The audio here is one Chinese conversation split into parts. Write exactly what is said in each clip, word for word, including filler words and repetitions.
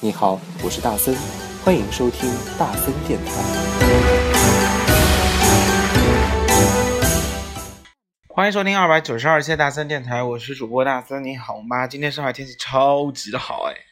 你好，我是大森，欢迎收听大森电台。 欢迎收听二百九十二期大森电台，我是主播大森。你好吗？今天上海天气超级的好哎。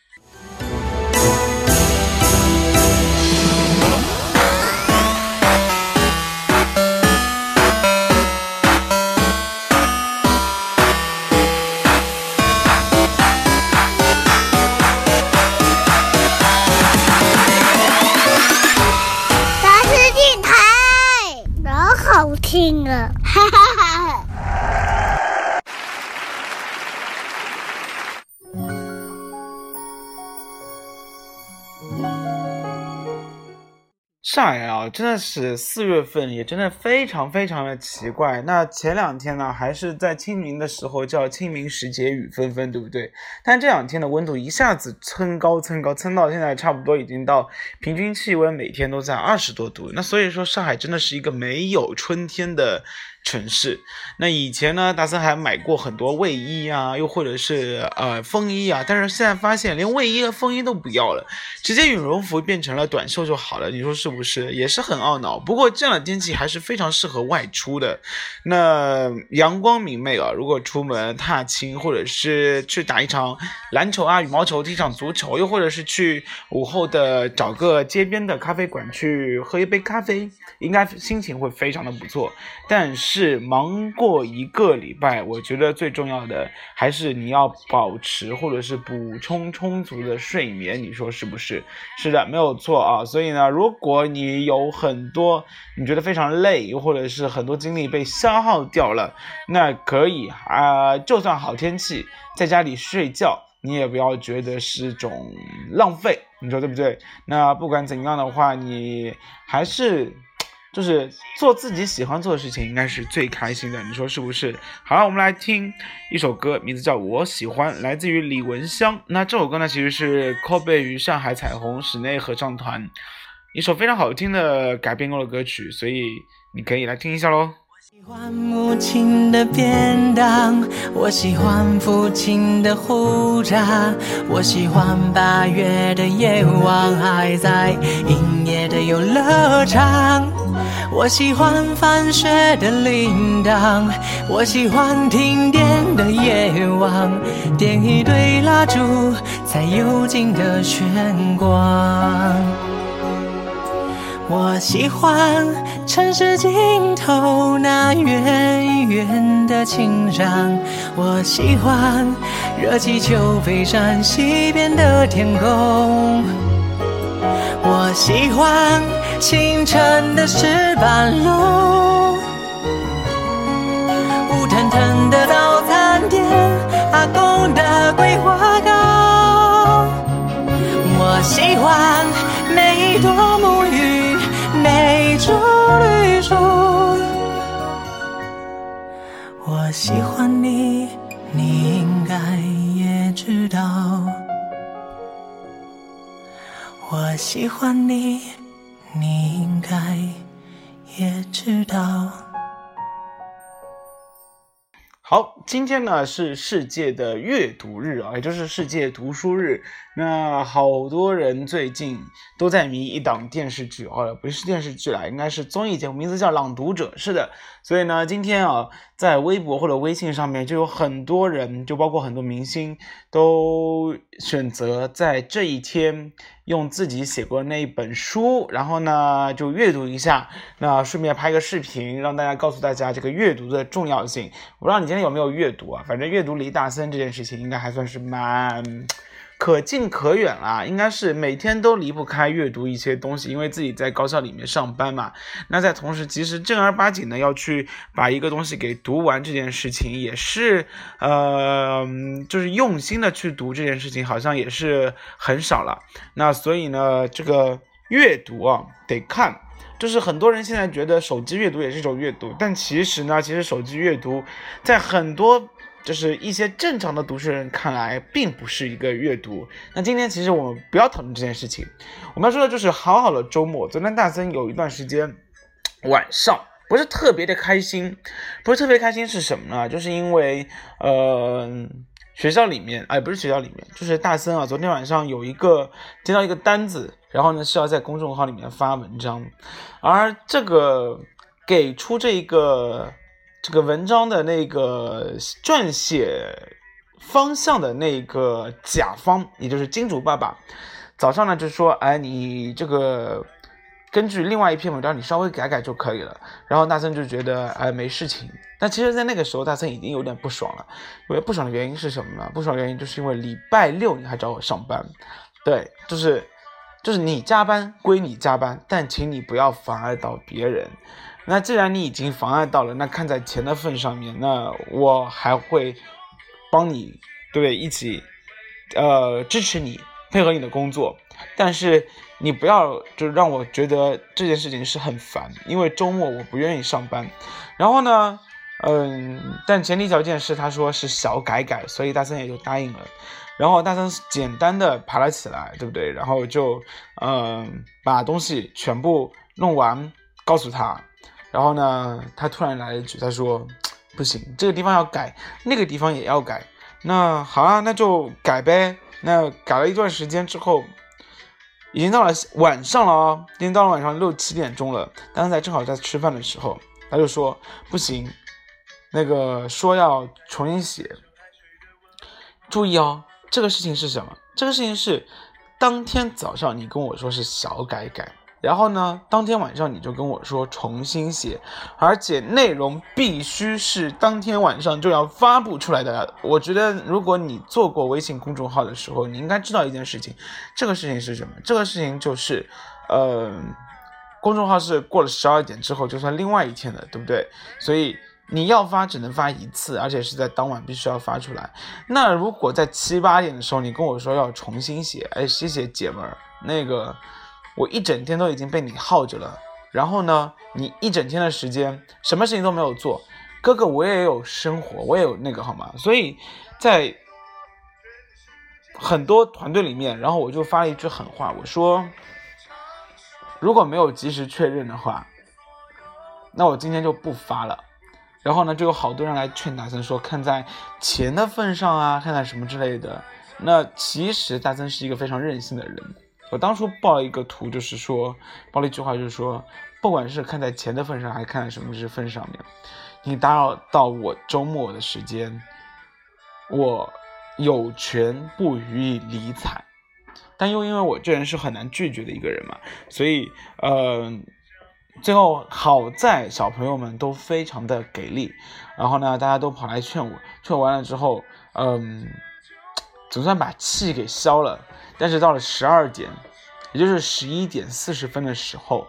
听啊，哈哈哈！ 上海啊，真的是四月份也真的非常非常的奇怪。那前两天呢，还是在清明的时候叫清明时节雨纷纷，对不对？但这两天的温度一下子蹭高蹭高，蹭到现在差不多已经到平均气温每天都在二十多度。那所以说上海真的是一个没有春天的城市。那以前呢，大森还买过很多卫衣啊，又或者是呃风衣啊，但是现在发现连卫衣和风衣都不要了，直接羽绒服变成了短袖就好了。你说是不是？也是很懊恼。不过这样的天气还是非常适合外出的。那阳光明媚啊，如果出门踏青，或者是去打一场篮球啊、羽毛球、踢场足球，又或者是去午后的找个街边的咖啡馆去喝一杯咖啡，应该心情会非常的不错。但是是忙过一个礼拜，我觉得最重要的还是你要保持或者是补充充足的睡眠，你说是不是？是的，没有错啊。所以呢，如果你有很多你觉得非常累，或者是很多精力被消耗掉了，那可以啊、呃，就算好天气在家里睡觉，你也不要觉得是种浪费，你说对不对？那不管怎样的话，你还是就是做自己喜欢做的事情，应该是最开心的，你说是不是？好了，我们来听一首歌，名字叫《我喜欢》，来自于李文香。那这首歌呢，其实是 cover 于上海彩虹室内合唱团一首非常好听的改编过的歌曲，所以你可以来听一下咯。 我喜欢母亲的便当，我喜欢父亲的胡渣，我喜欢八月的夜晚还在营业的游乐场，我喜欢放学的铃铛，我喜欢停电的夜晚，点一堆蜡烛才有劲的炫光。我喜欢城市尽头那远远的晴朗，我喜欢热气球飞上西边的天空，我喜欢清晨的石板路，乌腾腾的早餐店，阿公的桂花糕，我喜欢每一朵沐浴，每株绿树，我喜欢你，你应该也知道，我喜欢你，你应该也知道。 好，今天呢是世界的阅读日啊，也就是世界读书日。那好多人最近都在迷一档电视剧哦，不是电视剧啦，应该是综艺节目，名字叫《朗读者》。是的，所以呢，今天啊，在微博或者微信上面就有很多人，就包括很多明星，都选择在这一天用自己写过的那一本书，然后呢就阅读一下，那顺便拍个视频，让大家告诉大家这个阅读的重要性。我不知道你今天有没有阅读啊？反正阅读离大森这件事情应该还算是蛮可近可远啦，应该是每天都离不开阅读一些东西，因为自己在高校里面上班嘛。那在同时，其实正儿八经的要去把一个东西给读完这件事情，也是呃，就是用心的去读这件事情，好像也是很少了。那所以呢，这个阅读啊，得看。就是很多人现在觉得手机阅读也是一种阅读，但其实呢，其实手机阅读在很多就是一些正常的读书人看来并不是一个阅读。那今天其实我们不要讨论这件事情，我们要说的就是好好的周末。昨天大森有一段时间晚上不是特别的开心，不是特别开心是什么呢？就是因为呃学校里面，哎，不是学校里面，就是大森啊，昨天晚上有一个接到一个单子，然后呢是要在公众号里面发文章，而这个给出这个这个文章的那个撰写方向的那个甲方，也就是金主爸爸，早上呢就说，哎，你这个根据另外一篇文章你稍微改改就可以了。然后大森就觉得哎没事情，但其实在那个时候大森已经有点不爽了。因为不爽的原因是什么呢？不爽的原因就是因为礼拜六你还找我上班，对，就是就是你加班归你加班，但请你不要妨碍到别人。那既然你已经妨碍到了，那看在钱的份上面，那我还会帮你，对不对？一起呃支持你，配合你的工作，但是你不要就让我觉得这件事情是很烦，因为周末我不愿意上班。然后呢，嗯，但前提条件是他说是小改改，所以大森也就答应了。然后大森简单的爬了起来，对不对？然后就嗯把东西全部弄完，告诉他。然后呢，他突然来了一句，他说不行，这个地方要改，那个地方也要改。那好啊，那就改呗。那改了一段时间之后，已经到了晚上了哦，已经到了晚上六七点钟了。当时在正好在吃饭的时候，他就说不行，那个说要重新写。注意哦，这个事情是什么？这个事情是当天早上你跟我说是小改改，然后呢，当天晚上你就跟我说重新写，而且内容必须是当天晚上就要发布出来的。我觉得如果你做过微信公众号的时候，你应该知道一件事情，这个事情是什么？这个事情就是呃，公众号是过了十二点之后就算另外一天的，对不对？所以你要发只能发一次，而且是在当晚必须要发出来。那如果在七八点的时候你跟我说要重新写，哎，谢谢姐们儿，那个我一整天都已经被你耗着了，然后呢，你一整天的时间什么事情都没有做，哥哥我也有生活，我也有那个好吗？所以在很多团队里面，然后我就发了一句狠话，我说如果没有及时确认的话，那我今天就不发了。然后呢，就有好多人来劝大森说，看在钱的份上啊，看在什么之类的。那其实大森是一个非常任性的人。我当初报了一个图，就是说报了一句话，就是说不管是看在钱的份上还是看在什么之份上面，你打扰到我周末的时间，我有权不予以理睬。但又因为我这人是很难拒绝的一个人嘛，所以呃最后好在小朋友们都非常的给力，然后呢大家都跑来劝我，劝我完了之后嗯总算把气给消了。但是到了十二点，也就是十一点四十分的时候，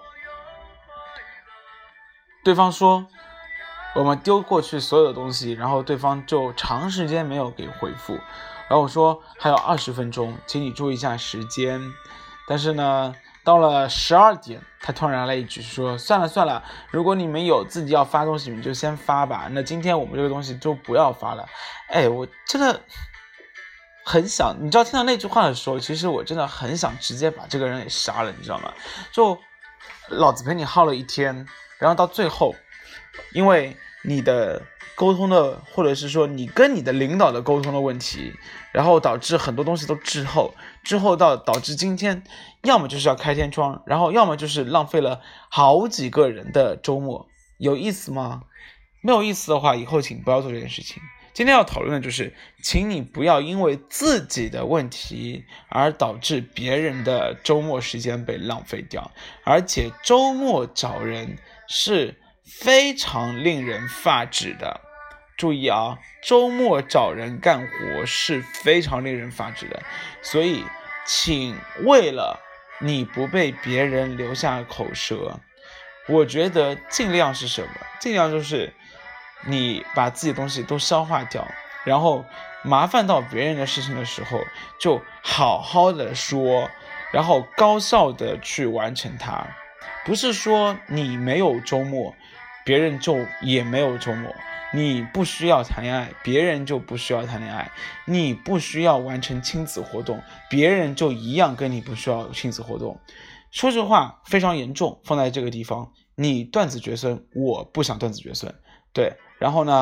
对方说我们丢过去所有的东西，然后对方就长时间没有给回复。然后我说还有二十分钟，请你注意一下时间。但是呢到了十二点，他突然来了一句说算了算了，如果你们有自己要发东西你们就先发吧，那今天我们这个东西就不要发了。哎，我真的很想，你知道听到那句话的时候，其实我真的很想直接把这个人给杀了，你知道吗？就老子陪你耗了一天，然后到最后因为你的沟通的，或者是说你跟你的领导的沟通的问题，然后导致很多东西都滞后，之后到导致今天要么就是要开天窗，然后要么就是浪费了好几个人的周末。有意思吗？没有意思的话，以后请不要做这件事情。今天要讨论的就是，请你不要因为自己的问题而导致别人的周末时间被浪费掉。而且周末找人是非常令人发指的，注意啊，周末找人干活是非常令人发指的。所以请为了你不被别人留下口舌，我觉得尽量是什么？尽量就是你把自己的东西都消化掉，然后麻烦到别人的事情的时候就好好的说，然后高效的去完成它。不是说你没有周末别人就也没有周末，你不需要谈恋爱别人就不需要谈恋爱，你不需要完成亲子活动别人就一样跟你不需要亲子活动。说实话非常严重，放在这个地方你断子绝孙，我不想断子绝孙，对。然后呢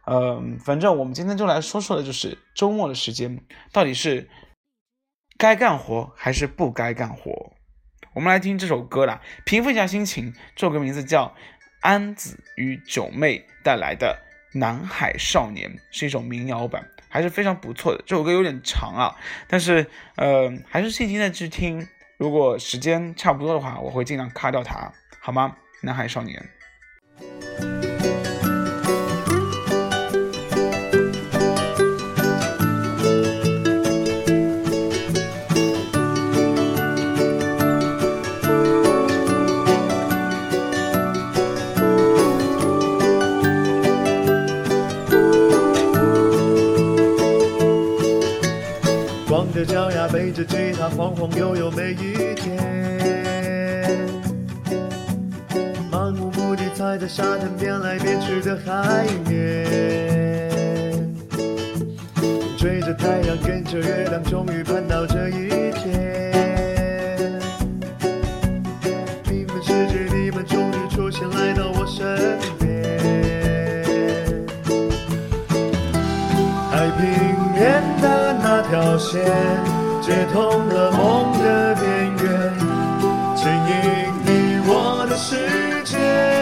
呃，反正我们今天就来说说的就是周末的时间到底是该干活还是不该干活。我们来听这首歌啦，平复一下心情。这首歌名字叫安子与九妹带来的南海少年，是一首民谣版，还是非常不错的。这首歌有点长啊，但是呃，还是细心的去听。如果时间差不多的话，我会尽量卡掉它，好吗？南海少年。 光着脚丫背着吉他晃晃悠悠每一天，漫无目的踩在沙滩边来边去的海面，追着太阳跟着月亮终于盼到这一天，你们世界你们终于出现来到我身边，海平面的那条线接通了梦的边缘，牵引你我的世界，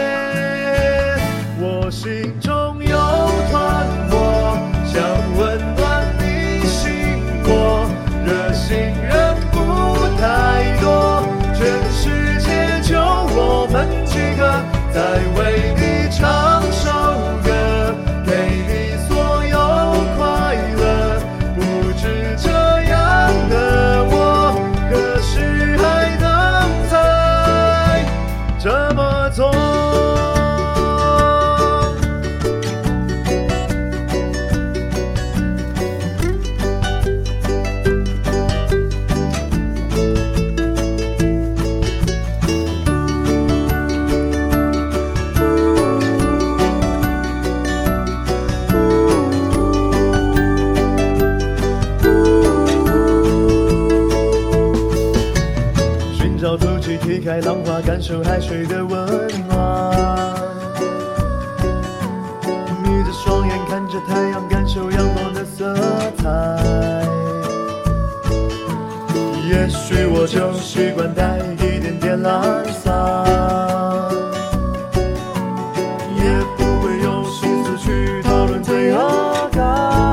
我心中有团火，想温暖你心窝，热心人不太多，全世界就我们几个，在为你唱首歌，给你所有快乐，不止这样的我，可是还能再这么做。推开浪花，感受海水的温暖，眯着双眼看着太阳，感受阳光的色彩，也许我就习惯带一点点懒散，也不会用心思去讨论罪恶感，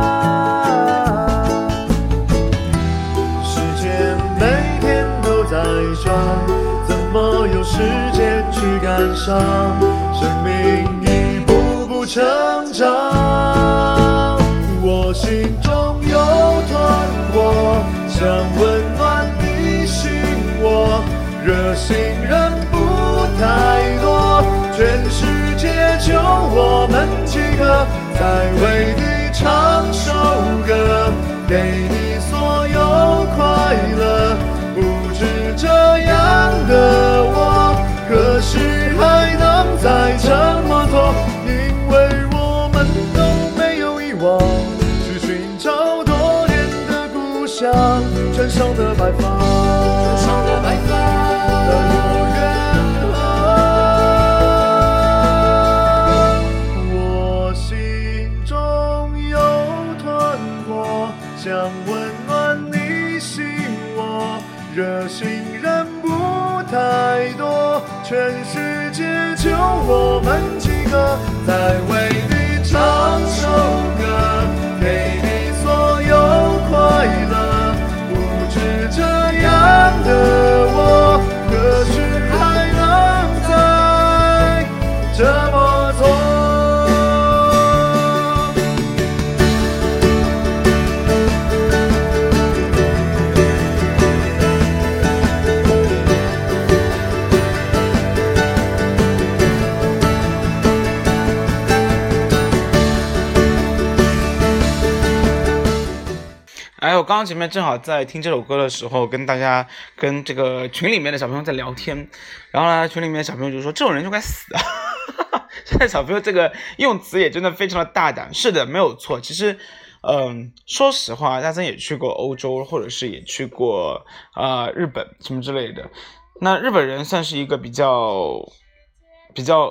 时间每天都在转，怎么有时间去感伤？生命一步步成长，我心中有团火，想温暖你心窝，热心人不太多，全世界就我们几个，在为你唱首歌，给你所有快乐，不止这样的我，可是还能再这么做，因为我们都没有遗忘，去寻找多年的故乡，船上的白帆，船上的白帆的远航，我心中有团火，想温暖你心窝，热心人不太多，全世界就我们几个，在为你唱首歌，给你所有快乐，不止这样的我，可是还能再这么做。 哎，我刚刚前面正好在听这首歌的时候，跟大家跟这个群里面的小朋友在聊天，然后呢，群里面的小朋友就说这种人就该死啊！现在小朋友这个用词也真的非常的大胆，是的，没有错。其实，嗯，说实话，大森也去过欧洲，或者是也去过呃日本什么之类的。那日本人算是一个比较比较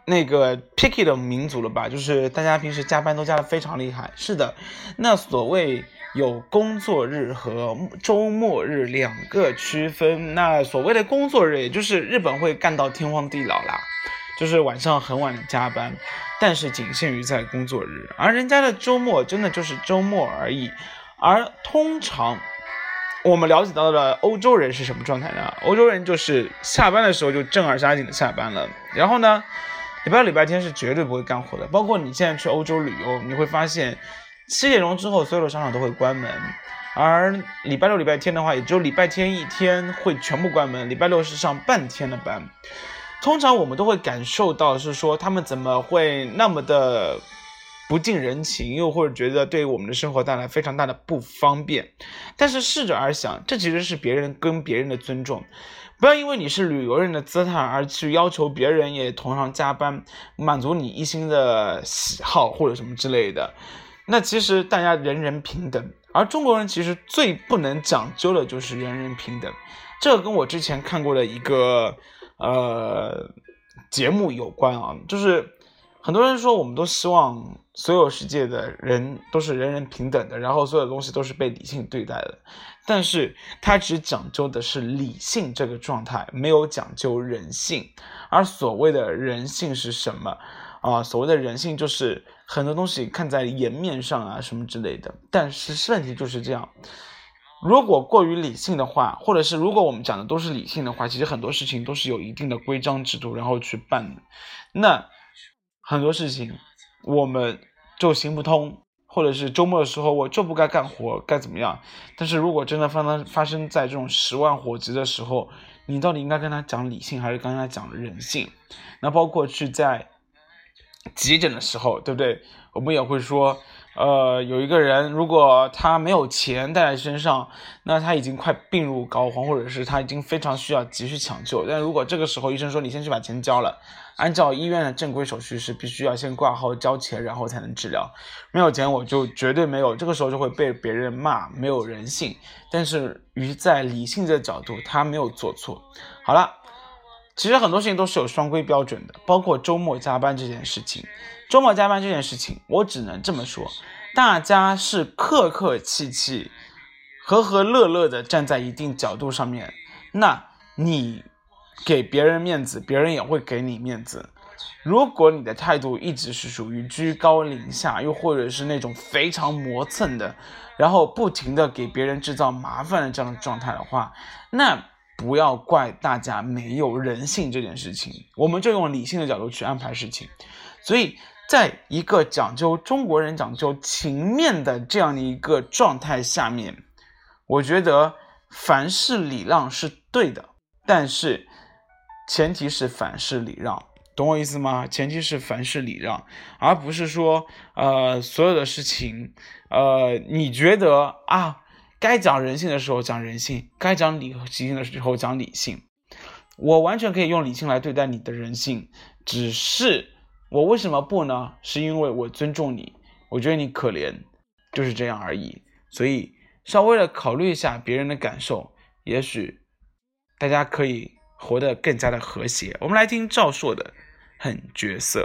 那个 picky 的民族了吧，就是大家平时加班都加得非常厉害。是的，那所谓有工作日和周末日两个区分，那所谓的工作日也就是日本会干到天荒地老啦，就是晚上很晚的加班，但是仅限于在工作日，而人家的周末真的就是周末而已。而通常我们了解到的欧洲人是什么状态呢？欧洲人就是下班的时候就正儿八经的下班了，然后呢礼拜六礼拜天是绝对不会干活的。包括你现在去欧洲旅游，你会发现七点钟之后所有的商场都会关门，而礼拜六礼拜天的话，也只有礼拜天一天会全部关门，礼拜六是上半天的班。通常我们都会感受到是说他们怎么会那么的不近人情，又或者觉得对我们的生活带来非常大的不方便。但是试着而想，这其实是别人跟别人的尊重，不要因为你是旅游人的姿态而去要求别人也同样加班，满足你一心的喜好或者什么之类的。那其实大家人人平等，而中国人其实最不能讲究的就是人人平等。这个跟我之前看过的一个呃节目有关啊，就是很多人说我们都希望所有世界的人都是人人平等的，然后所有东西都是被理性对待的，但是它只讲究的是理性这个状态，没有讲究人性。而所谓的人性是什么啊？所谓的人性就是很多东西看在颜面上啊什么之类的，但是问题就是这样，如果过于理性的话，或者是如果我们讲的都是理性的话，其实很多事情都是有一定的规章制度然后去办的，那很多事情我们就行不通，或者是周末的时候我就不该干活该怎么样。但是如果真的发生发生在这种十万火急的时候，你到底应该跟他讲理性还是跟他讲人性？那包括去在急诊的时候，对不对？我们也会说呃，有一个人如果他没有钱带在身上，那他已经快病入膏肓，或者是他已经非常需要急需抢救，但如果这个时候医生说你先去把钱交了，按照医院的正规手续是必须要先挂号交钱然后才能治疗，没有钱我就绝对没有，这个时候就会被别人骂没有人性。但是于在理性的角度他没有做错。好了，其实很多事情都是有双规标准的，包括周末加班这件事情。周末加班这件事情我只能这么说，大家是客客气气和和乐乐的站在一定角度上面，那你给别人面子别人也会给你面子。如果你的态度一直是属于居高临下，又或者是那种非常磨蹭的，然后不停的给别人制造麻烦的这样的状态的话，那不要怪大家没有人性这件事情，我们就用理性的角度去安排事情。所以在一个讲究中国人讲究情面的这样的一个状态下面，我觉得凡事礼让是对的，但是前提是凡事礼让，懂我意思吗？前提是凡事礼让，而不是说呃所有的事情呃你觉得啊该讲人性的时候讲人性，该讲理性的时候讲理性。我完全可以用理性来对待你的人性，只是我为什么不呢？是因为我尊重你，我觉得你可怜，就是这样而已。所以稍微的考虑一下别人的感受，也许大家可以活得更加的和谐。我们来听赵硕的很角色。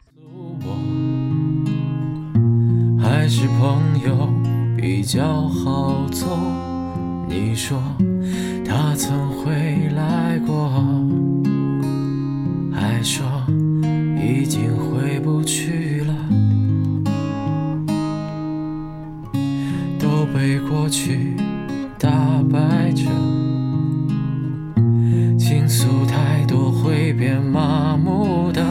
还是朋友比较好做，你说他曾回来过，还说已经回不去了，都被过去打败着，倾诉太多会变麻木的，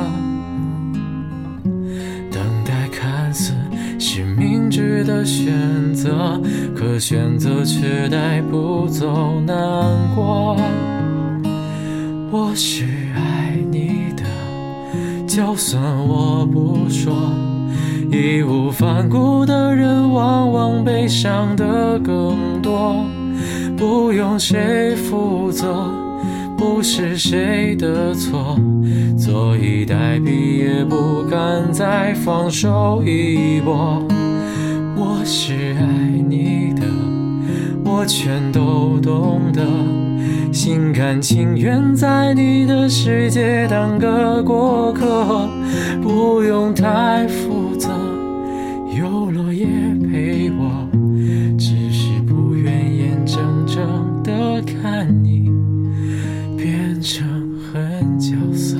等待看似是明智的选择，可选择却带不走难过。我是爱你的，就算我不说，义无反顾的人往往悲伤的更多。不用谁负责，不是谁的错，坐以待毙也不敢再放手一搏。我是爱你的，我全都懂得， 心甘情愿在你的世界当个过客，不用太负责，有落叶陪我，只是不愿眼睁睁地看你变成狠角色。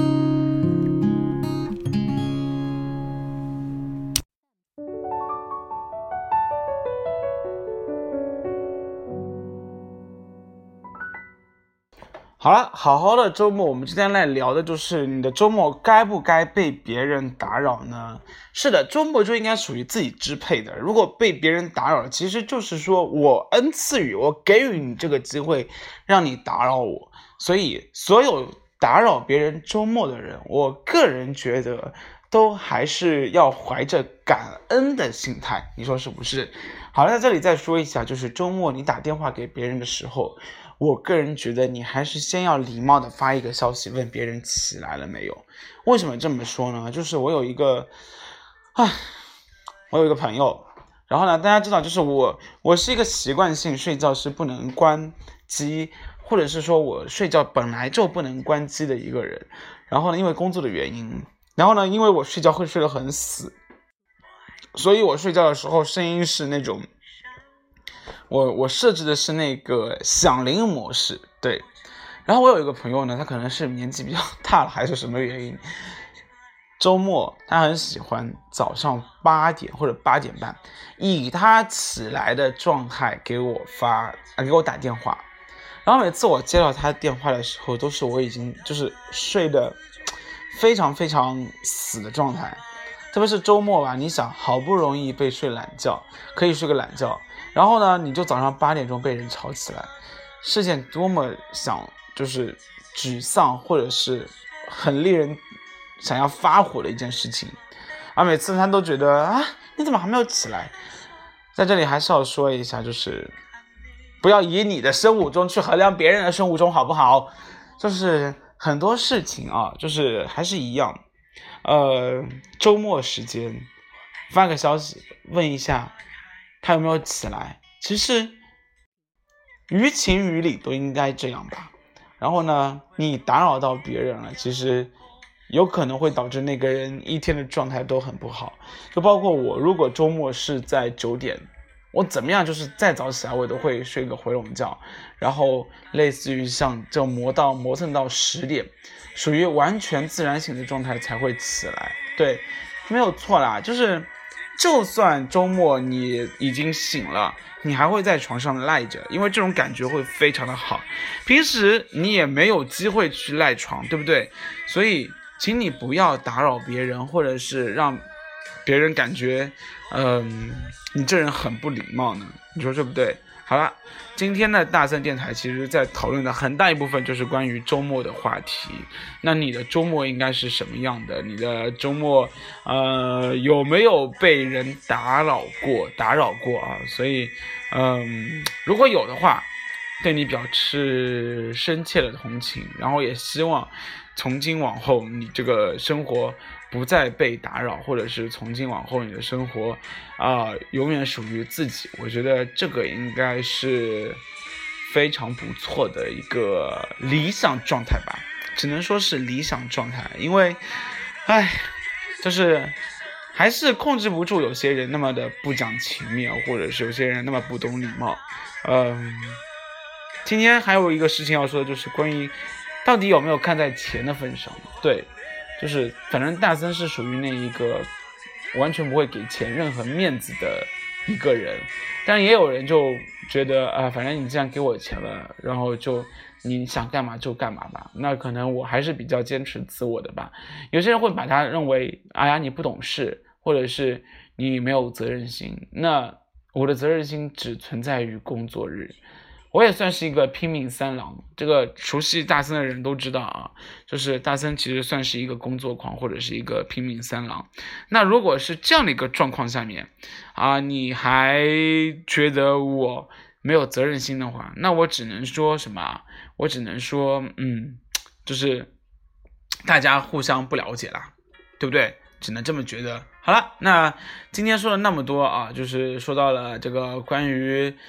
好了，好好的周末，我们今天来聊的就是你的周末该不该被别人打扰呢？是的，周末就应该属于自己支配的。如果被别人打扰，其实就是说我恩赐予，我给予你这个机会，让你打扰我。所以，所有打扰别人周末的人，我个人觉得都还是要怀着感恩的心态，你说是不是？好了，在这里再说一下，就是周末你打电话给别人的时候，我个人觉得你还是先要礼貌的发一个消息，问别人起来了没有。为什么这么说呢？就是我有一个唉我有一个朋友，然后呢大家知道，就是我我是一个习惯性睡觉是不能关机，或者是说我睡觉本来就不能关机的一个人。然后呢因为工作的原因，然后呢因为我睡觉会睡得很死，所以我睡觉的时候声音是那种我我设置的是那个响铃模式，对。然后我有一个朋友呢，他可能是年纪比较大了，还是什么原因，周末他很喜欢早上八点或者八点半，以他起来的状态给我发啊给我打电话。然后每次我接到他电话的时候，都是我已经就是睡得非常非常死的状态。特别是周末吧，你想好不容易被睡懒觉，可以睡个懒觉，然后呢你就早上八点钟被人吵起来，是件多么想就是沮丧或者是很令人想要发火的一件事情。而每次他都觉得啊你怎么还没有起来。在这里还是要说一下，就是不要以你的生物钟去衡量别人的生物钟，好不好？就是很多事情啊，就是还是一样，呃，周末时间发个消息问一下他有没有起来，其实于情于理都应该这样吧。然后呢你打扰到别人了，其实有可能会导致那个人一天的状态都很不好。就包括我，如果周末是在九点，我怎么样就是再早起来我都会睡个回笼觉，然后类似于像这种磨到磨蹭到十点，属于完全自然醒的状态才会起来。对，没有错啦，就是就算周末你已经醒了，你还会在床上赖着，因为这种感觉会非常的好。平时你也没有机会去赖床，对不对？所以请你不要打扰别人，或者是让别人感觉嗯、呃，你这人很不礼貌呢，你说对不对？好了，今天的大森电台其实在讨论的很大一部分就是关于周末的话题。那你的周末应该是什么样的？你的周末呃有没有被人打扰过打扰过啊？所以嗯，如果有的话，对你表示深切的同情，然后也希望从今往后你这个生活不再被打扰，或者是从今往后你的生活啊、呃、永远属于自己。我觉得这个应该是非常不错的一个理想状态吧，只能说是理想状态。因为唉就是还是控制不住有些人那么的不讲情面，或者是有些人那么不懂礼貌。嗯，今天还有一个事情要说的，就是关于到底有没有看在钱的份上。对，就是反正大森是属于那一个完全不会给钱任何面子的一个人，但也有人就觉得啊、呃，反正你既然给我钱了，然后就你想干嘛就干嘛吧。那可能我还是比较坚持自我的吧。有些人会把他认为哎呀你不懂事，或者是你没有责任心。那我的责任心只存在于工作日。我也算是一个拼命三郎，这个熟悉大森的人都知道啊，就是大森其实算是一个工作狂，或者是一个拼命三郎。那如果是这样的一个状况下面啊，你还觉得我没有责任心的话，那我只能说什么？我只能说嗯，就是大家互相不了解啦，对不对？只能这么觉得。好了，那今天说了那么多啊，就是说到了这个关于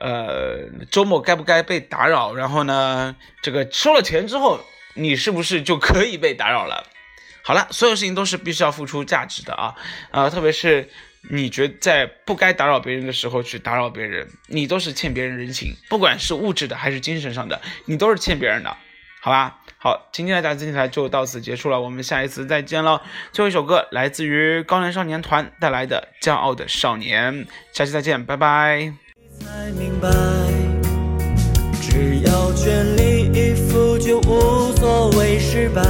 呃，周末该不该被打扰？然后呢，这个收了钱之后，你是不是就可以被打扰了？好了，所有事情都是必须要付出价值的啊，呃，特别是你觉得在不该打扰别人的时候去打扰别人，你都是欠别人人情，不管是物质的还是精神上的，你都是欠别人的，好吧？好，今天的大字电台就到此结束了，我们下一次再见了。最后一首歌来自于高原少年团带来的《骄傲的少年》，下期再见，拜拜。 才明白，只要全力以赴就无所谓失败。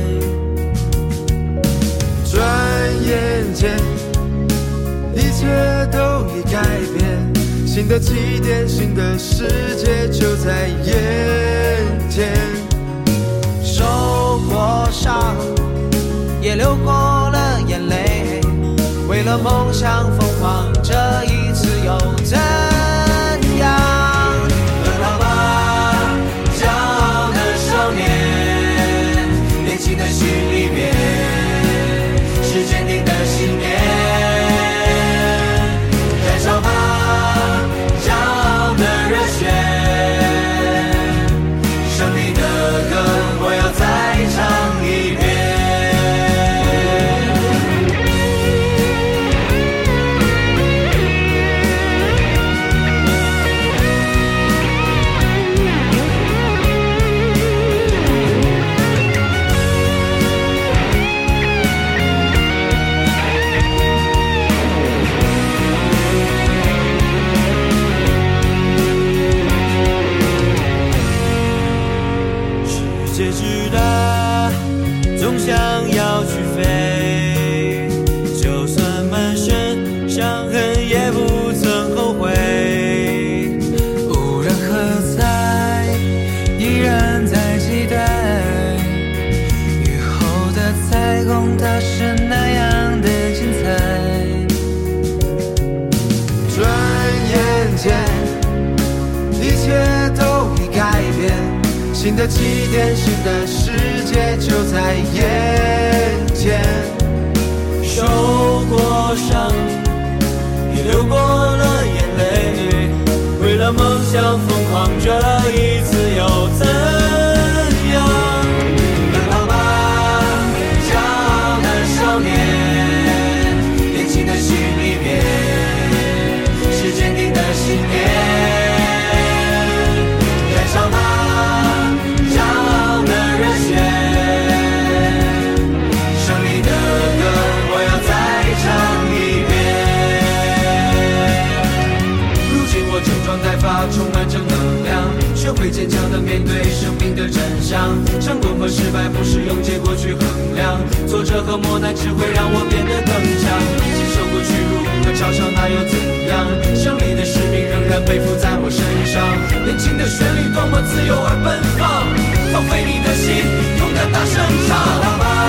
转眼间一切都已改变，新的起点，新的世界就在眼前。 受过伤，也流过了眼泪，为了梦想疯狂，这一次又怎样？奔跑吧，骄傲的少年，年轻的心里面是坚定的信念。燃烧吧，骄傲的热血，胜利的歌我要再唱一遍。世界巨大，总想要去飞，就算满身伤痕也不曾后悔。无人喝彩，依然在期待雨后的彩虹，它是那样的精彩。 转眼间一切都已改变，新的起点，新的世界就在眼前。 受过伤，也流过了眼泪，为了梦想疯狂，这一次又怎样？奔跑吧，骄傲的少年，年轻的心里面是坚定的信念。燃烧吧，充满正能量，学会坚强的面对生命的真相。成功和失败不是用结果去衡量，挫折和磨难只会让我变得更强。经受过屈辱和嘲笑那又怎样？胜利的使命仍然背负在我身上。年轻的旋律多么自由而奔放，放飞你的心，勇敢大声唱吧。